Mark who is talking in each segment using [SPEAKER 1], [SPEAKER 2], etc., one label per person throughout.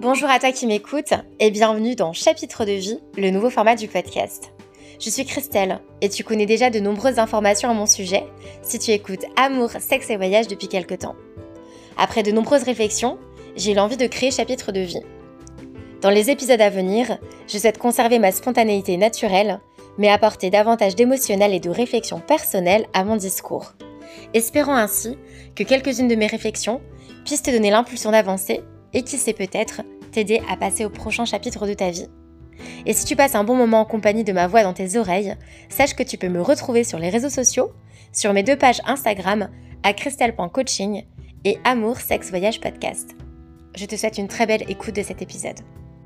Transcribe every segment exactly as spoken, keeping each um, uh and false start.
[SPEAKER 1] Bonjour à toi qui m'écoutes et bienvenue dans Chapitre de vie, le nouveau format du podcast. Je suis Christelle et tu connais déjà de nombreuses informations à mon sujet si tu écoutes Amour, sexe et voyage depuis quelques temps. Après de nombreuses réflexions, j'ai eu l'envie de créer Chapitre de vie. Dans les épisodes à venir, je souhaite conserver ma spontanéité naturelle, mais apporter davantage d'émotionnel et de réflexion personnelle à mon discours. Espérant ainsi que quelques-unes de mes réflexions puissent te donner l'impulsion d'avancer et qui sait peut-être t'aider à passer au prochain chapitre de ta vie. Et si tu passes un bon moment en compagnie de ma voix dans tes oreilles, sache que tu peux me retrouver sur les réseaux sociaux, sur mes deux pages Instagram, à christelle point coaching et Amour, Sexe, Voyage Podcast. Je te souhaite une très belle écoute de cet épisode.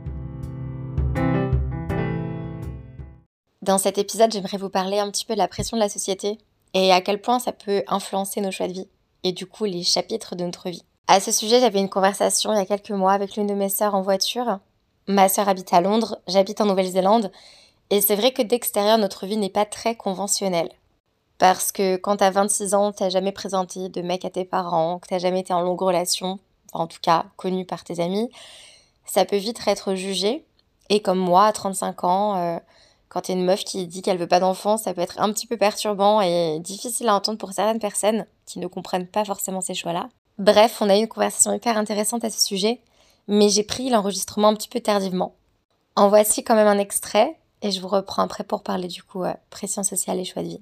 [SPEAKER 1] Dans cet épisode, j'aimerais vous parler un petit peu de la pression de la société et à quel point ça peut influencer nos choix de vie et du coup les chapitres de notre vie. À ce sujet, j'avais une conversation il y a quelques mois avec l'une de mes sœurs en voiture. Ma sœur habite à Londres, j'habite en Nouvelle-Zélande et c'est vrai que d'extérieur, notre vie n'est pas très conventionnelle. Parce que quand t'as vingt-six ans, t'as jamais présenté de mec à tes parents, que t'as jamais été en longue relation, enfin en tout cas connu par tes amis, ça peut vite être jugé. Et comme moi, à trente-cinq ans, euh, quand t'es une meuf qui dit qu'elle veut pas d'enfant, ça peut être un petit peu perturbant et difficile à entendre pour certaines personnes qui ne comprennent pas forcément ces choix-là. Bref, on a eu une conversation hyper intéressante à ce sujet, mais j'ai pris l'enregistrement un petit peu tardivement. En voici quand même un extrait, et je vous reprends après pour parler du coup euh, pression sociale et choix de vie.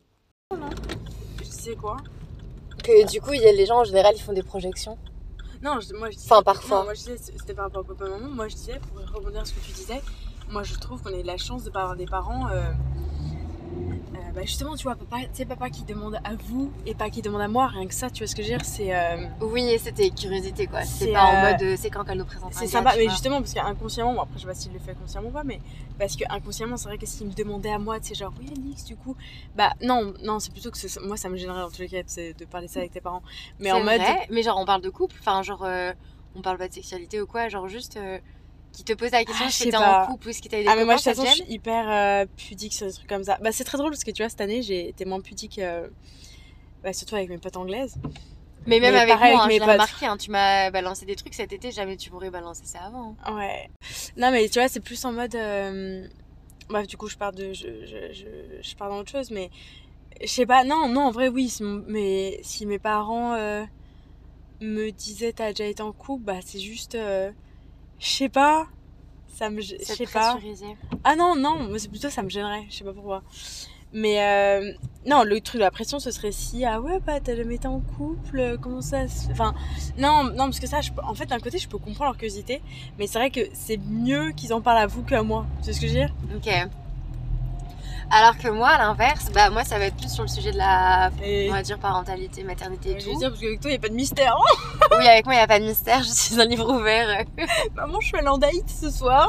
[SPEAKER 2] Tu sais quoi?
[SPEAKER 1] Que du coup, il y a les gens en général, ils font des projections.
[SPEAKER 2] Non, je, moi je disais...
[SPEAKER 1] Enfin, parfois.
[SPEAKER 2] Non, moi je disais, c'était par rapport au papa et maman. Moi je disais, pour rebondir à ce que tu disais, moi je trouve qu'on a eu la chance de ne pas avoir des parents... Euh, euh, bah justement, tu vois, papa, tu sais, papa qui demande à vous et pas qui demande à moi, rien que ça, tu vois ce que je veux dire, c'est... Euh,
[SPEAKER 1] oui, et c'était curiosité, quoi. C'était
[SPEAKER 2] c'est,
[SPEAKER 1] pas en
[SPEAKER 2] euh,
[SPEAKER 1] mode, euh, c'est quand qu'elle nous présente un
[SPEAKER 2] C'est
[SPEAKER 1] gars,
[SPEAKER 2] sympa,
[SPEAKER 1] tu
[SPEAKER 2] mais
[SPEAKER 1] vois.
[SPEAKER 2] justement, parce qu'inconsciemment, bon après je sais pas s'il le fait consciemment ou pas, mais parce qu'inconsciemment, c'est vrai que s'il me demandait à moi, tu sais, genre, oui Alix, du coup, bah non, non, c'est plutôt que c'est, moi ça me gênerait en tous les cas de, de parler ça avec tes parents. Mais
[SPEAKER 1] C'est
[SPEAKER 2] en mode...
[SPEAKER 1] vrai, mais genre on parle de couple, enfin genre euh, on parle pas de sexualité ou quoi, genre juste euh, qui te pose la question
[SPEAKER 2] Ah,
[SPEAKER 1] si
[SPEAKER 2] je sais
[SPEAKER 1] t'es
[SPEAKER 2] pas.
[SPEAKER 1] en couple ou si t'as eu des
[SPEAKER 2] Ah mais moi de
[SPEAKER 1] copains,
[SPEAKER 2] toute
[SPEAKER 1] ça te
[SPEAKER 2] façon je
[SPEAKER 1] gêne?
[SPEAKER 2] suis hyper euh, pudique sur des trucs comme ça. Bah c'est très drôle parce que tu vois cette année j'ai été moins pudique, euh, bah, surtout avec mes potes anglaises.
[SPEAKER 1] Mais même
[SPEAKER 2] Mais
[SPEAKER 1] avec
[SPEAKER 2] pareil
[SPEAKER 1] moi, hein,
[SPEAKER 2] avec
[SPEAKER 1] je
[SPEAKER 2] mes
[SPEAKER 1] l'ai
[SPEAKER 2] potes.
[SPEAKER 1] remarqué, hein, tu m'as balancé des trucs cet été, jamais tu m'aurais balancé ça avant. Hein.
[SPEAKER 2] Ouais. Non mais tu vois c'est plus en mode... Euh... Bref du coup je pars de... Je, je, je, je pars dans autre chose mais... Je sais pas, non, non en vrai oui, si, mon- mais, si mes parents euh, me disaient t'as déjà été en couple, bah c'est juste... Euh... Je sais pas... Ça me... Je
[SPEAKER 1] C'est
[SPEAKER 2] sais pas...
[SPEAKER 1] pressurisé.
[SPEAKER 2] Ah non, non, moi c'est plutôt ça me gênerait, je sais pas pourquoi. Mais euh, non, le truc de la pression ce serait si, ah ouais, bah t'as jamais été en couple, comment ça se... Enfin, non, non, parce que ça, je peux... en fait, d'un côté, je peux comprendre leur curiosité, mais c'est vrai que c'est mieux qu'ils en parlent à vous qu'à moi, tu sais ce que je veux dire?
[SPEAKER 1] Ok. Alors que moi, à l'inverse, bah moi ça va être plus sur le sujet de la,
[SPEAKER 2] Et...
[SPEAKER 1] on va dire, parentalité, maternité et
[SPEAKER 2] Je
[SPEAKER 1] tout.
[SPEAKER 2] veux dire, parce qu'avec toi, il n'y a pas de mystère.
[SPEAKER 1] Oui, avec moi il n'y a pas de mystère, je suis un livre ouvert.
[SPEAKER 2] Maman, je suis à l'Andaït ce soir.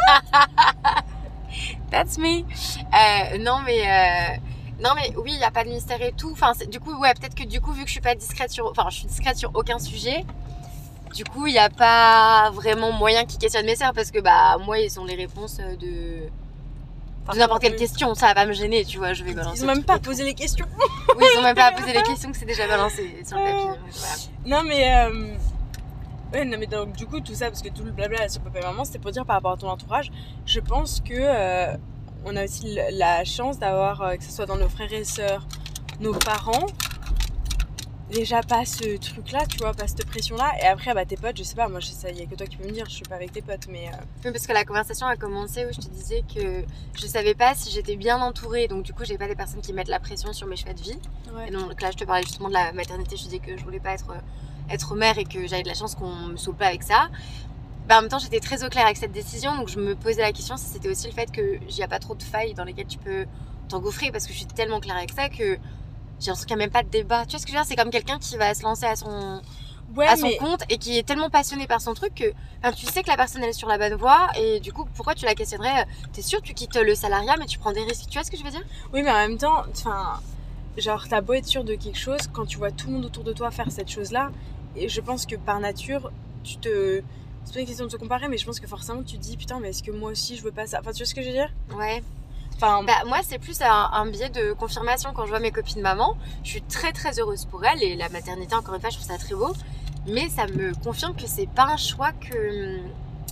[SPEAKER 1] That's me. Euh, non mais euh, non mais oui, il y a pas de mystère et tout. Enfin c'est, du coup ouais, peut-être que du coup vu que je suis pas discrète sur, enfin je suis discrète sur aucun sujet. Du coup il y a pas vraiment moyen qu'ils questionnent mes sœurs parce que bah moi ils ont les réponses de, de n'importe quelle question. Ça va pas me gêner, tu vois. Je vais balancer.
[SPEAKER 2] Ils ont même pas posé les questions.
[SPEAKER 1] Oui, ils ont même pas posé les questions que c'est déjà balancé sur le tapis. Donc, voilà.
[SPEAKER 2] Non mais euh... ouais, non mais donc du coup tout ça parce que tout le blabla sur papa et maman c'était pour dire par rapport à ton entourage, je pense que euh, on a aussi la chance d'avoir euh, que ce soit dans nos frères et sœurs, nos parents, déjà pas ce truc là, tu vois, pas cette pression là. Et après bah tes potes, je sais pas, moi je sais, y a que toi qui peux me dire, je suis pas avec tes potes mais euh...
[SPEAKER 1] Oui, parce que la conversation a commencé où je te disais que je savais pas si j'étais bien entourée, donc du coup j'ai pas des personnes qui mettent la pression sur mes choix de vie.
[SPEAKER 2] ouais.
[SPEAKER 1] Et donc là je te parlais justement de la maternité, je disais que je voulais pas être être mère et que j'avais de la chance qu'on me saoule pas avec ça. Bah, en même temps j'étais très au clair avec cette décision, donc je me posais la question si c'était aussi le fait que j'y a pas trop de failles dans lesquelles tu peux t'engouffrer, parce que je suis tellement claire avec ça que j'ai l'impression qu'il n'y a même pas de débat. Tu vois ce que je veux dire? C'est comme quelqu'un qui va se lancer à son,
[SPEAKER 2] Ouais,
[SPEAKER 1] à son
[SPEAKER 2] mais...
[SPEAKER 1] compte et qui est tellement passionné par son truc que enfin, tu sais que la personne elle est sur la bonne voie et du coup pourquoi tu la questionnerais? T'es sûr tu quittes le salariat mais tu prends des risques, tu vois ce que je veux dire?
[SPEAKER 2] Oui mais en même temps, enfin, genre t'as beau être sûr de quelque chose, quand tu vois tout le monde autour de toi faire cette chose là, et je pense que par nature, tu te... C'est pas une question de se comparer, mais je pense que forcément tu te dis putain mais est-ce que moi aussi je veux pas ça? Enfin tu vois ce que je veux dire?
[SPEAKER 1] Ouais.
[SPEAKER 2] Enfin...
[SPEAKER 1] Bah, moi c'est plus un, un biais de confirmation quand je vois mes copines maman. Je suis très très heureuse pour elles et la maternité encore une fois je trouve ça très beau. Mais ça me confirme que c'est pas un choix que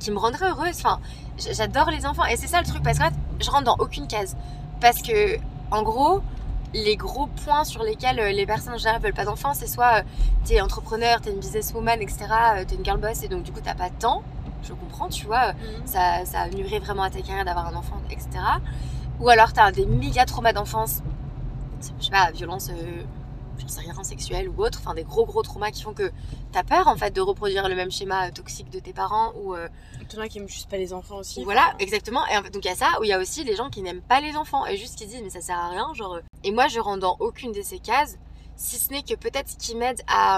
[SPEAKER 1] qui me rendrait heureuse. Enfin, j'adore les enfants. Et c'est ça le truc, parce que là, je rentre dans aucune case. Parce que, en gros, les gros points sur lesquels les personnes en général veulent pas d'enfants, c'est soit euh, t'es entrepreneur, t'es une businesswoman, et cetera. Euh, t'es une girl boss et donc du coup t'as pas de temps. Je comprends, tu vois. Mm-hmm. Ça, ça nuirait vraiment à ta carrière d'avoir un enfant, et cetera. Ou alors t'as des méga traumas d'enfance. Je sais pas, violence... Euh, j'en sais rien, sexuelle ou autre, enfin des gros gros traumas qui font que t'as peur en fait de reproduire le même schéma euh, toxique de tes parents ou euh,
[SPEAKER 2] t'en as qui aiment juste pas les enfants aussi.
[SPEAKER 1] Voilà, enfin... exactement. Et en fait, donc il y a ça, où il y a aussi les gens qui n'aiment pas les enfants et juste qui disent mais ça sert à rien, genre. Euh... Et moi je rentre dans aucune de ces cases, si ce n'est que peut-être ce qui m'aide à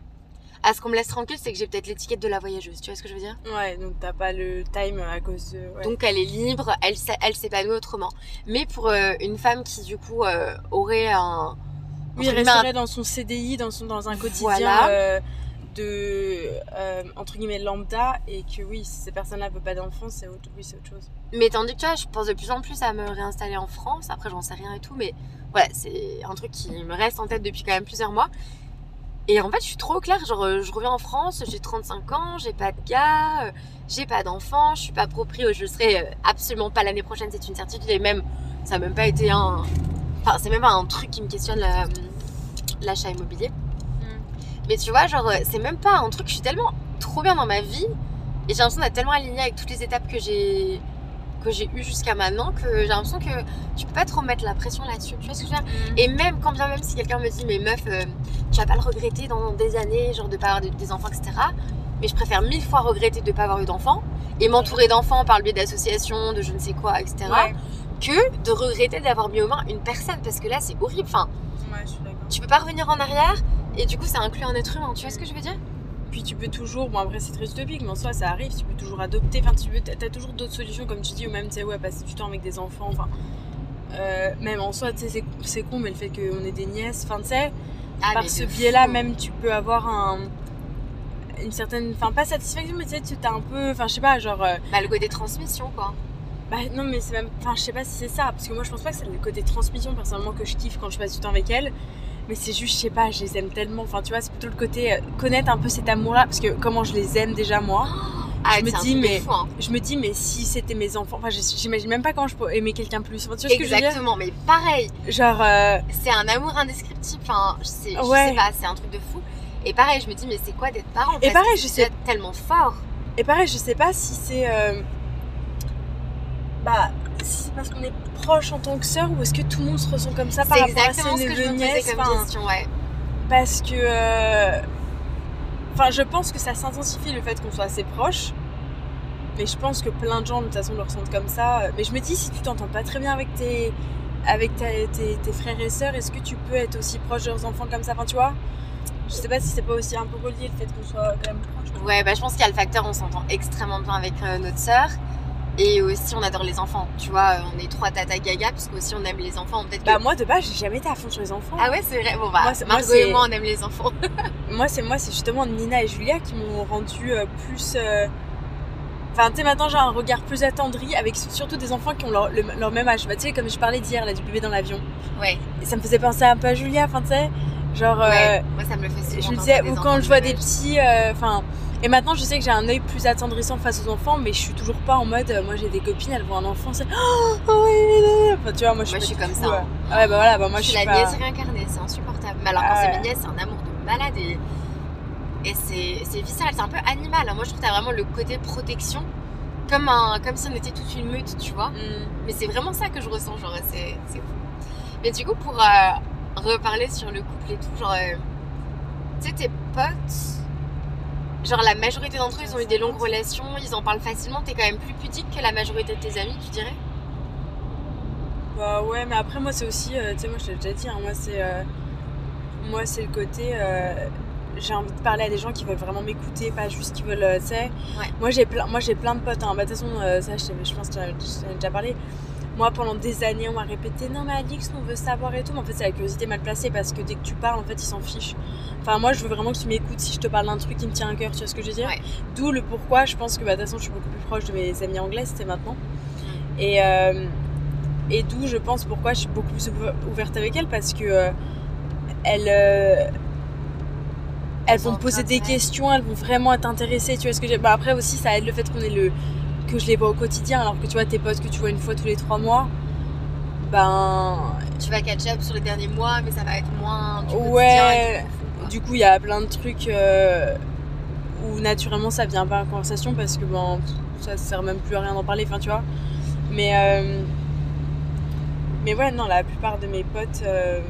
[SPEAKER 1] à ce qu'on me laisse tranquille, c'est que j'ai peut-être l'étiquette de la voyageuse. Tu vois ce que je veux dire?
[SPEAKER 2] Ouais, donc t'as pas le time à cause de. Ouais.
[SPEAKER 1] Donc elle est libre, elle elle s'épanouit autrement. Mais pour euh, une femme qui du coup euh, aurait un
[SPEAKER 2] Oui, il resterait dans son C D I, dans, son, dans un quotidien voilà. euh, de, euh, entre guillemets, lambda, et que oui, si ces personnes-là ne veulent pas d'enfants, c'est autre, oui, c'est autre chose.
[SPEAKER 1] Mais tandis que tu vois, je pense de plus en plus à me réinstaller en France, après j'en sais rien et tout, mais voilà, c'est un truc qui me reste en tête depuis quand même plusieurs mois. Et en fait, je suis trop claire, genre je reviens en France, j'ai trente-cinq ans, j'ai pas de gars, euh, j'ai pas d'enfants, je suis pas proprio, je serai euh, absolument pas l'année prochaine, c'est une certitude, et même, ça n'a même pas été un... Enfin, c'est même pas un truc qui me questionne la, l'achat immobilier. Mm. Mais tu vois, genre, c'est même pas un truc, je suis tellement trop bien dans ma vie et j'ai l'impression d'être tellement alignée avec toutes les étapes que j'ai que j'ai eues jusqu'à maintenant que j'ai l'impression que tu peux pas trop mettre la pression là-dessus. Tu vois ce que je veux dire? Mm. Et même, quand bien même si quelqu'un me dit, mais meuf, euh, tu vas pas le regretter dans des années, genre de pas avoir des enfants, et cetera. Mais je préfère mille fois regretter de pas avoir eu d'enfants et m'entourer d'enfants par le biais d'associations, de je ne sais quoi, et cetera. Ouais. Que de regretter d'avoir mis aux mains une personne, parce que là c'est horrible. Enfin,
[SPEAKER 2] ouais, je suis d'accord.
[SPEAKER 1] Tu peux pas revenir en arrière et du coup ça inclut un être humain, tu vois ce que je veux dire?
[SPEAKER 2] Puis tu peux toujours, bon après c'est très utopique, mais en soi ça arrive, tu peux toujours adopter, enfin tu peux, t'as toujours d'autres solutions comme tu dis, ou même tu sais, ouais, passer du temps avec des enfants, enfin, euh, même en soi, tu sais, c'est, c'est con, mais le fait qu'on ait des nièces, enfin tu sais, ah, par ce biais-là, fou. Même tu peux avoir un. Une certaine, enfin pas satisfaction, mais tu sais, tu t'as un peu, enfin je sais pas, genre. Euh...
[SPEAKER 1] Bah le côté transmission quoi.
[SPEAKER 2] Bah non, mais c'est même, enfin je sais pas si c'est ça, parce que moi je pense pas que c'est le côté transmission personnellement que je kiffe quand je passe du temps avec elles, mais c'est juste, je sais pas, je les aime tellement, enfin tu vois, c'est plutôt le côté euh, connaître un peu cet amour-là, parce que comment je les aime déjà moi.
[SPEAKER 1] Ah,
[SPEAKER 2] je me dis mais fou, hein. Je me dis mais si c'était mes enfants, enfin j'imagine même pas comment je peux aimer quelqu'un plus. Enfin, tu vois ce que je veux dire?
[SPEAKER 1] Exactement, mais pareil.
[SPEAKER 2] Genre euh...
[SPEAKER 1] c'est un amour indescriptible, enfin je sais, je ouais. sais pas, c'est un truc de fou. Et pareil, je me dis mais c'est quoi d'être parent?
[SPEAKER 2] Et pareil, je sais
[SPEAKER 1] tellement fort.
[SPEAKER 2] Et pareil, je sais pas si c'est euh... bah si c'est parce qu'on est proche en tant que sœur ou est-ce que tout le monde se ressent comme ça par rapport à ses neveux nièces,
[SPEAKER 1] comme enfin, question, ouais.
[SPEAKER 2] Parce que euh... enfin je pense que ça s'intensifie le fait qu'on soit assez proches. Mais je pense que plein de gens de toute façon le ressentent comme ça. Mais je me dis, si tu t'entends pas très bien avec tes, avec ta, tes, tes frères et sœurs, est-ce que tu peux être aussi proche de leurs enfants comme ça? Enfin, tu vois, je sais pas si c'est pas aussi un peu relié le fait qu'on soit quand même proche.
[SPEAKER 1] Ouais, bah je pense qu'il y a le facteur, on s'entend extrêmement bien avec euh, notre sœur. Et aussi, on adore les enfants. Tu vois, on est trois tata gaga, parce qu'aussi on aime les enfants. Peut-être que...
[SPEAKER 2] Bah moi de base, j'ai jamais été à fond sur les enfants.
[SPEAKER 1] Ah ouais, c'est vrai. Bon bah, moi, Margot moi, et moi, on aime les enfants.
[SPEAKER 2] moi, c'est moi, c'est justement Nina et Julia qui m'ont rendu euh, plus. Euh... Enfin, tu sais, maintenant j'ai un regard plus attendri avec surtout des enfants qui ont leur, le, leur même âge. Bah, tu sais, comme je parlais d'hier, là, du bébé dans l'avion.
[SPEAKER 1] Ouais.
[SPEAKER 2] Et ça me faisait penser un peu à Julia, enfin, tu sais. Genre.
[SPEAKER 1] Ouais,
[SPEAKER 2] euh,
[SPEAKER 1] moi ça me le fait souvent. Je
[SPEAKER 2] me disais, ou quand je vois des petits. Enfin. Euh, et maintenant, je sais que j'ai un œil plus attendrissant face aux enfants, mais je suis toujours pas en mode. Euh, moi, j'ai des copines, elles voient un enfant, c'est. Oh, oui, enfin, tu vois, moi, je
[SPEAKER 1] moi,
[SPEAKER 2] suis,
[SPEAKER 1] je suis comme
[SPEAKER 2] coup,
[SPEAKER 1] ça.
[SPEAKER 2] Ouais. Ah ouais, bah voilà, bah moi, je suis.
[SPEAKER 1] Je suis la
[SPEAKER 2] pas...
[SPEAKER 1] nièce réincarnée, c'est insupportable. Mais alors, quand euh... c'est mes nièces, c'est un amour de malade et. Et c'est, c'est viscéral, c'est un peu animal. Moi, je trouve que t'as vraiment le côté protection. Comme, un, comme si on était toute une meute, tu vois. Mm. Mais c'est vraiment ça que je ressens, genre, c'est, c'est fou. Mais du coup, pour euh, reparler sur le couple et tout, genre, euh, tu sais, tes potes, genre, la majorité d'entre eux, ils ont eu des longues relations, ils en parlent facilement. T'es quand même plus pudique que la majorité de tes amis, tu dirais?
[SPEAKER 2] Bah ouais, mais après, moi, c'est aussi, euh, tu sais, moi, je t'ai déjà dit, hein, moi, c'est, euh, moi, c'est le côté. Euh, j'ai envie de parler à des gens qui veulent vraiment m'écouter, pas juste qui veulent, euh, tu sais.
[SPEAKER 1] Ouais.
[SPEAKER 2] Moi, j'ai plein, moi, j'ai plein de potes. Hein. Bah, de toute façon, euh, ça, je, je pense que j'en ai déjà parlé. Moi, pendant des années, on m'a répété non, mais Alix, on veut savoir et tout. Mais en fait, c'est la curiosité mal placée parce que dès que tu parles, en fait, ils s'en fichent. Enfin, moi, je veux vraiment que tu m'écoutes si je te parle d'un truc qui me tient à cœur, tu vois ce que je veux dire?
[SPEAKER 1] Ouais.
[SPEAKER 2] D'où le pourquoi, je pense que bah, de toute façon, je suis beaucoup plus proche de mes amies anglaises, c'était maintenant. Mm. Et, euh, et d'où, je pense, pourquoi je suis beaucoup plus ouverte avec elles parce que euh, elles. Euh, elles vont poser des questions, elles vont vraiment être intéressées, tu vois ce que j'ai. Bah après aussi ça aide le fait qu'on est le que je les vois au quotidien, alors que tu vois tes potes que tu vois une fois tous les trois mois, ben
[SPEAKER 1] tu vas catch up sur les derniers mois, mais ça va être moins du quotidien.
[SPEAKER 2] Ouais. Du coup il y a plein de trucs euh, où naturellement ça vient pas en conversation parce que bon ça sert même plus à rien d'en parler, enfin tu vois. Mais euh, mais ouais non la plupart de mes potes euh,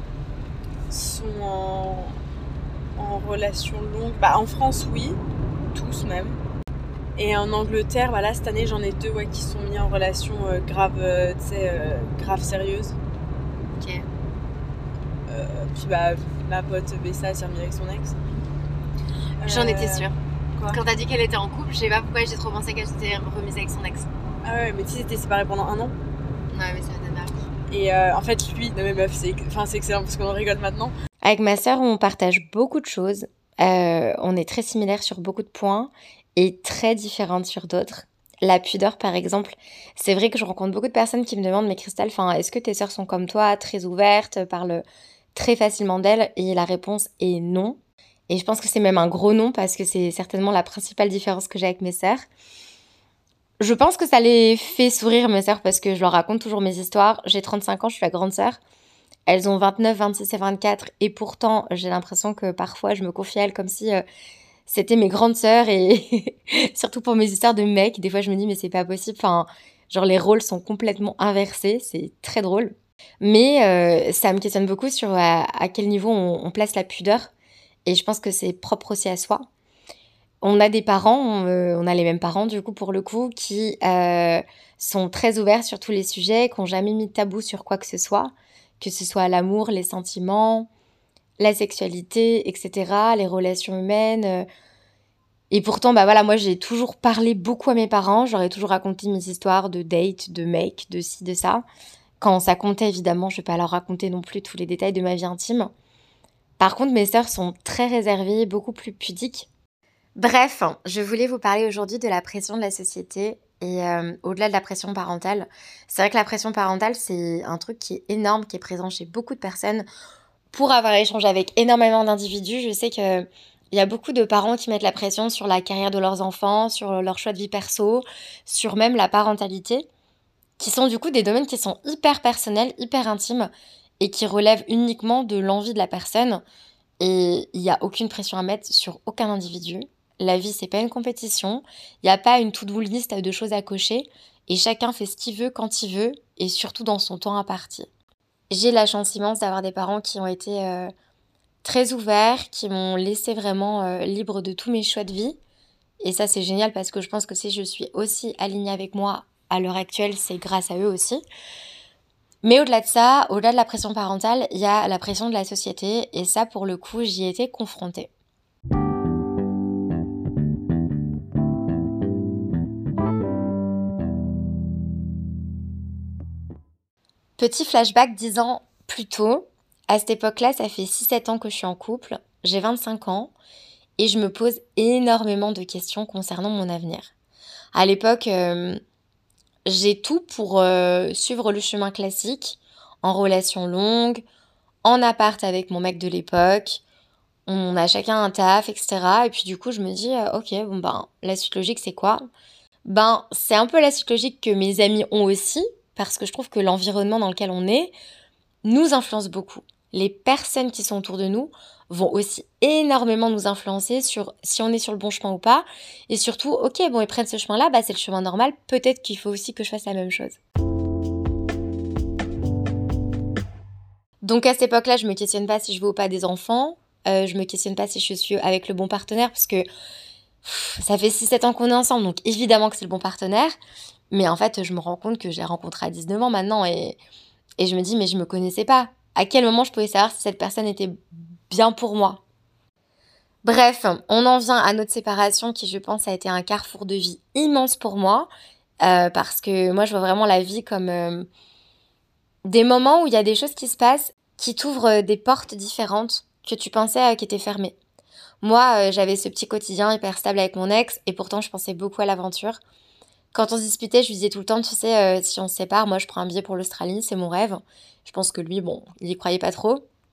[SPEAKER 2] sont en en relation longue. Bah en France oui, tous même. Et en Angleterre, bah là cette année j'en ai deux ouais, qui sont mis en relation euh, grave, euh, tu sais, euh, grave sérieuse.
[SPEAKER 1] Ok.
[SPEAKER 2] Euh, puis bah ma pote Bessa s'est remise avec son ex.
[SPEAKER 1] J'en étais sûre.
[SPEAKER 2] Quoi ?
[SPEAKER 1] Quand t'as dit qu'elle était en couple, je sais pas pourquoi j'ai trop pensé qu'elle s'était remise avec son ex.
[SPEAKER 2] Ah ouais, mais tu sais, ils étaient séparés pendant un an.
[SPEAKER 1] Ouais, mais ça m'étonne pas.
[SPEAKER 2] Et euh, en fait, lui, non mais meuf, c'est, enfin, c'est excellent parce qu'on en rigole maintenant.
[SPEAKER 1] Avec ma sœur, on partage beaucoup de choses. Euh, on est très similaires sur beaucoup de points et très différentes sur d'autres. La pudeur, par exemple, c'est vrai que je rencontre beaucoup de personnes qui me demandent, mais Cristal, est-ce que tes sœurs sont comme toi, très ouvertes, parlent très facilement d'elles? Et la réponse est non. Et je pense que c'est même un gros non parce que c'est certainement la principale différence que j'ai avec mes sœurs. Je pense que ça les fait sourire, mes sœurs, parce que je leur raconte toujours mes histoires. J'ai trente-cinq ans, je suis la grande sœur. Elles ont vingt-neuf, vingt-six et vingt-quatre. Et pourtant, j'ai l'impression que parfois, je me confie à elles comme si euh, c'était mes grandes sœurs. Et surtout pour mes histoires de mecs, des fois, je me dis, mais c'est pas possible. Enfin, genre, les rôles sont complètement inversés. C'est très drôle. Mais euh, ça me questionne beaucoup sur à, à quel niveau on, on place la pudeur. Et je pense que c'est propre aussi à soi. On a des parents, on, euh, on a les mêmes parents du coup pour le coup, qui euh, sont très ouverts sur tous les sujets, qui n'ont jamais mis de tabou sur quoi que ce soit, que ce soit l'amour, les sentiments, la sexualité, et cetera, les relations humaines. euh. Et pourtant, bah voilà, moi j'ai toujours parlé beaucoup à mes parents, j'aurais toujours raconté mes histoires de dates, de mecs, de ci, de ça. Quand ça comptait évidemment, je ne vais pas leur raconter non plus tous les détails de ma vie intime. Par contre, mes sœurs sont très réservées, beaucoup plus pudiques. Bref, je voulais vous parler aujourd'hui de la pression de la société et euh, au-delà de la pression parentale. C'est vrai que la pression parentale, c'est un truc qui est énorme, qui est présent chez beaucoup de personnes. Pour avoir échangé avec énormément d'individus, je sais qu'il y a beaucoup de parents qui mettent la pression sur la carrière de leurs enfants, sur leur choix de vie perso, sur même la parentalité, qui sont du coup des domaines qui sont hyper personnels, hyper intimes et qui relèvent uniquement de l'envie de la personne. Et il n'y a aucune pression à mettre sur aucun individu. La vie, c'est pas une compétition. Il n'y a pas une to-do list de choses à cocher. Et chacun fait ce qu'il veut quand il veut. Et surtout dans son temps imparti. J'ai la chance immense d'avoir des parents qui ont été euh, très ouverts, qui m'ont laissé vraiment euh, libre de tous mes choix de vie. Et ça, c'est génial parce que je pense que si je suis aussi alignée avec moi à l'heure actuelle, c'est grâce à eux aussi. Mais au-delà de ça, au-delà de la pression parentale, il y a la pression de la société. Et ça, pour le coup, j'y ai été confrontée. Petit flashback dix ans plus tôt. À cette époque-là, ça fait six sept ans que je suis en couple. J'ai vingt-cinq ans. Et je me pose énormément de questions concernant mon avenir. À l'époque, euh, j'ai tout pour euh, suivre le chemin classique, en relation longue, en appart avec mon mec de l'époque. On a chacun un taf, et cetera. Et puis du coup, je me dis, euh, ok, bon ben, la suite logique, c'est quoi? Ben, c'est un peu la suite logique que mes amis ont aussi, parce que je trouve que l'environnement dans lequel on est nous influence beaucoup. Les personnes qui sont autour de nous vont aussi énormément nous influencer sur si on est sur le bon chemin ou pas. Et surtout, ok, bon, ils prennent ce chemin-là, bah c'est le chemin normal. Peut-être qu'il faut aussi que je fasse la même chose. Donc à cette époque-là, je me questionne pas si je veux ou pas des enfants. Euh, je me questionne pas si je suis avec le bon partenaire, parce que pff, ça fait six sept ans qu'on est ensemble, donc évidemment que c'est le bon partenaire. Mais en fait, je me rends compte que je l'ai rencontré à dix-neuf ans maintenant, et, et je me dis, mais je me connaissais pas. À quel moment je pouvais savoir si cette personne était bien pour moi? Bref, on en vient à notre séparation qui, je pense, a été un carrefour de vie immense pour moi, euh, parce que moi, je vois vraiment la vie comme euh, des moments où il y a des choses qui se passent qui t'ouvrent euh, des portes différentes que tu pensais euh, qui étaient fermées. Moi, euh, j'avais ce petit quotidien hyper stable avec mon ex, et pourtant, je pensais beaucoup à l'aventure. Quand on se disputait, je lui disais tout le temps, tu sais, euh, si on se sépare, moi, je prends un billet pour l'Australie, c'est mon rêve. Je pense que lui, bon, il y croyait pas trop.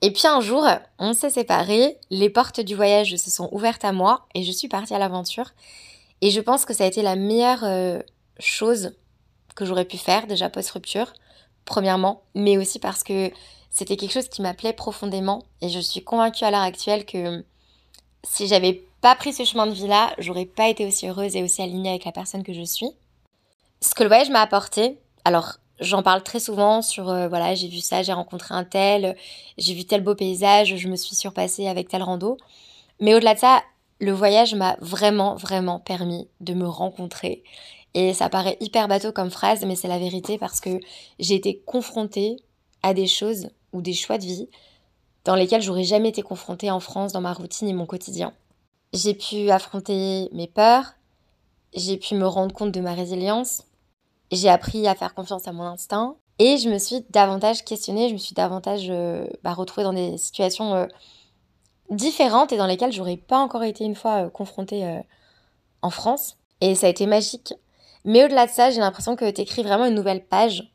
[SPEAKER 1] Et puis un jour, on s'est séparés, les portes du voyage se sont ouvertes à moi et je suis partie à l'aventure. Et je pense que ça a été la meilleure euh, chose que j'aurais pu faire, déjà post-rupture, premièrement, mais aussi parce que c'était quelque chose qui m'appelait profondément et je suis convaincue à l'heure actuelle que si j'avais pas pris ce chemin de vie-là, j'aurais pas été aussi heureuse et aussi alignée avec la personne que je suis. Ce que le voyage m'a apporté, alors j'en parle très souvent sur, euh, voilà, j'ai vu ça, j'ai rencontré un tel, j'ai vu tel beau paysage, je me suis surpassée avec tel rando. Mais au-delà de ça, le voyage m'a vraiment, vraiment permis de me rencontrer. Et ça paraît hyper bateau comme phrase, mais c'est la vérité parce que j'ai été confrontée à des choses ou des choix de vie dans lesquels j'aurais jamais été confrontée en France, dans ma routine et mon quotidien. J'ai pu affronter mes peurs, j'ai pu me rendre compte de ma résilience, j'ai appris à faire confiance à mon instinct et je me suis davantage questionnée, je me suis davantage euh, bah, retrouvée dans des situations euh, différentes et dans lesquelles j'aurais pas encore été une fois euh, confrontée euh, en France. Et ça a été magique. Mais au-delà de ça, j'ai l'impression que t'écris vraiment une nouvelle page.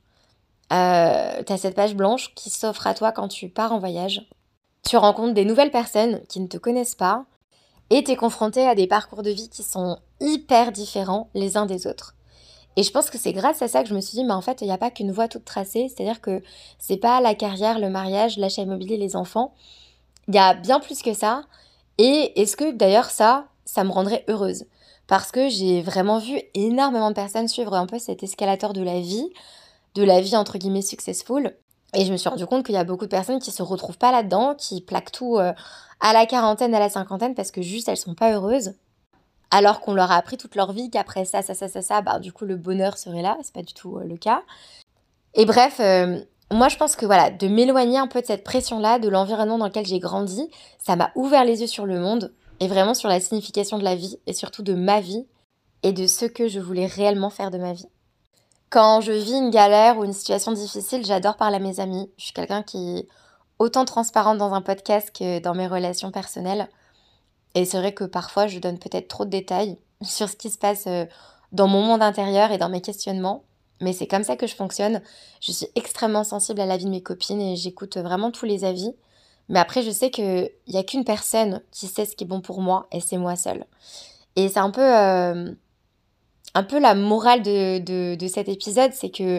[SPEAKER 1] Euh, t'as cette page blanche qui s'offre à toi quand tu pars en voyage. Tu rencontres des nouvelles personnes qui ne te connaissent pas et t'es confronté à des parcours de vie qui sont hyper différents les uns des autres. Et je pense que c'est grâce à ça que je me suis dit, mais en fait, il n'y a pas qu'une voie toute tracée, c'est-à-dire que c'est pas la carrière, le mariage, l'achat immobilier, les enfants. Il y a bien plus que ça. Et est-ce que d'ailleurs ça, ça me rendrait heureuse? Parce que j'ai vraiment vu énormément de personnes suivre un peu cet escalator de la vie, de la vie entre guillemets successful. Et je me suis rendu compte qu'il y a beaucoup de personnes qui se retrouvent pas là-dedans, qui plaquent tout euh, à la quarantaine, à la cinquantaine, parce que juste elles sont pas heureuses. Alors qu'on leur a appris toute leur vie qu'après ça, ça, ça, ça, ça, bah du coup le bonheur serait là. C'est pas du tout euh, le cas. Et bref, euh, moi je pense que voilà, de m'éloigner un peu de cette pression-là, de l'environnement dans lequel j'ai grandi, ça m'a ouvert les yeux sur le monde et vraiment sur la signification de la vie et surtout de ma vie et de ce que je voulais réellement faire de ma vie. Quand je vis une galère ou une situation difficile, j'adore parler à mes amis. Je suis quelqu'un qui est autant transparente dans un podcast que dans mes relations personnelles. Et c'est vrai que parfois je donne peut-être trop de détails sur ce qui se passe euh, dans mon monde intérieur et dans mes questionnements. Mais c'est comme ça que je fonctionne. Je suis extrêmement sensible à l'avis de mes copines et j'écoute vraiment tous les avis. Mais après, je sais qu'il n'y a qu'une personne qui sait ce qui est bon pour moi et c'est moi seule. Et c'est un peu, euh, un peu la morale de, de, de cet épisode, c'est que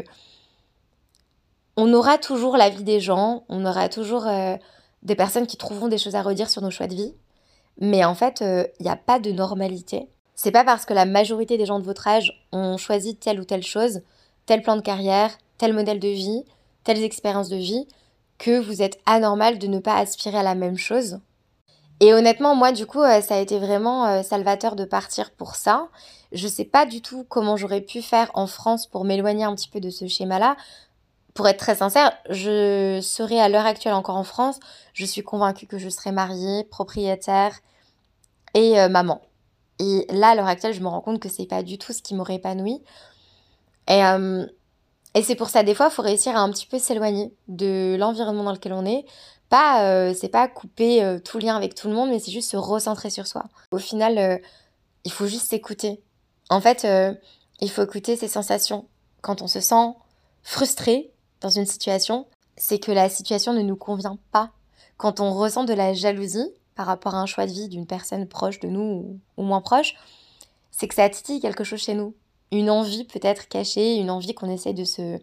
[SPEAKER 1] on aura toujours l'avis des gens, on aura toujours euh, des personnes qui trouveront des choses à redire sur nos choix de vie. Mais en fait, il euh, n'y a pas de normalité. C'est pas parce que la majorité des gens de votre âge ont choisi telle ou telle chose, tel plan de carrière, tel modèle de vie, telles expériences de vie, que vous êtes anormal de ne pas aspirer à la même chose. Et honnêtement, moi, du coup, euh, ça a été vraiment euh, salvateur de partir pour ça. Je sais pas du tout comment j'aurais pu faire en France pour m'éloigner un petit peu de ce schéma-là. Pour être très sincère, je serais à l'heure actuelle encore en France. Je suis convaincue que je serais mariée, propriétaire et euh, maman. Et là, à l'heure actuelle, je me rends compte que c'est pas du tout ce qui m'aurait épanouie. Et, euh, et c'est pour ça, des fois, il faut réussir à un petit peu s'éloigner de l'environnement dans lequel on est. Pas, euh, c'est pas couper euh, tout lien avec tout le monde, mais c'est juste se recentrer sur soi. Au final, euh, il faut juste s'écouter. En fait, euh, il faut écouter ses sensations. Quand on se sent frustré dans une situation, c'est que la situation ne nous convient pas. Quand on ressent de la jalousie par rapport à un choix de vie d'une personne proche de nous ou, ou moins proche, c'est que ça titille quelque chose chez nous. Une envie peut-être cachée, une envie qu'on essaie de se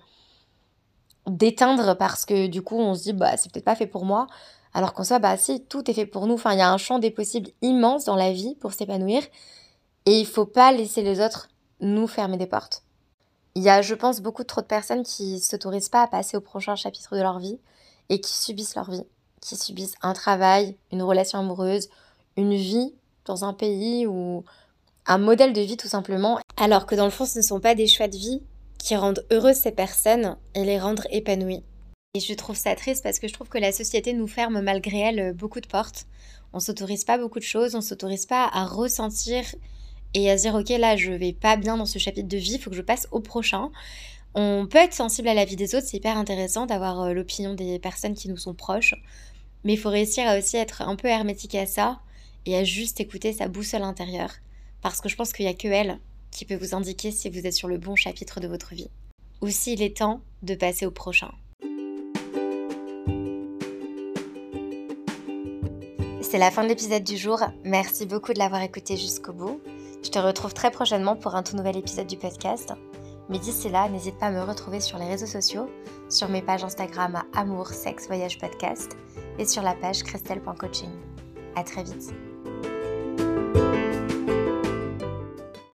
[SPEAKER 1] d'éteindre parce que du coup on se dit bah c'est peut-être pas fait pour moi, alors qu'en soi bah si, tout est fait pour nous. Enfin, il y a un champ des possibles immense dans la vie pour s'épanouir et il faut pas laisser les autres nous fermer des portes. Il y a, je pense, beaucoup trop de personnes qui s'autorisent pas à passer au prochain chapitre de leur vie et qui subissent leur vie, qui subissent un travail, une relation amoureuse, une vie dans un pays ou un modèle de vie tout simplement, alors que dans le fond ce ne sont pas des choix de vie qui rendent heureuses ces personnes et les rendre épanouies. Et je trouve ça triste parce que je trouve que la société nous ferme malgré elle beaucoup de portes. On s'autorise pas beaucoup de choses, on s'autorise pas à ressentir et à se dire ok là je vais pas bien dans ce chapitre de vie, il faut que je passe au prochain. On peut être sensible à la vie des autres, c'est hyper intéressant d'avoir l'opinion des personnes qui nous sont proches, mais il faut réussir à aussi être un peu hermétique à ça et à juste écouter sa boussole intérieure. Parce que je pense qu'il n'y a que elle qui peut vous indiquer si vous êtes sur le bon chapitre de votre vie. Ou s'il est temps de passer au prochain. c'est la fin de l'épisode du jour. Merci beaucoup de l'avoir écouté jusqu'au bout. Je te retrouve très prochainement pour un tout nouvel épisode du podcast. Mais d'ici là, n'hésite pas à me retrouver sur les réseaux sociaux, sur mes pages Instagram à Amour, Sexe, Voyage Podcast et sur la page christelle point coaching. À très vite.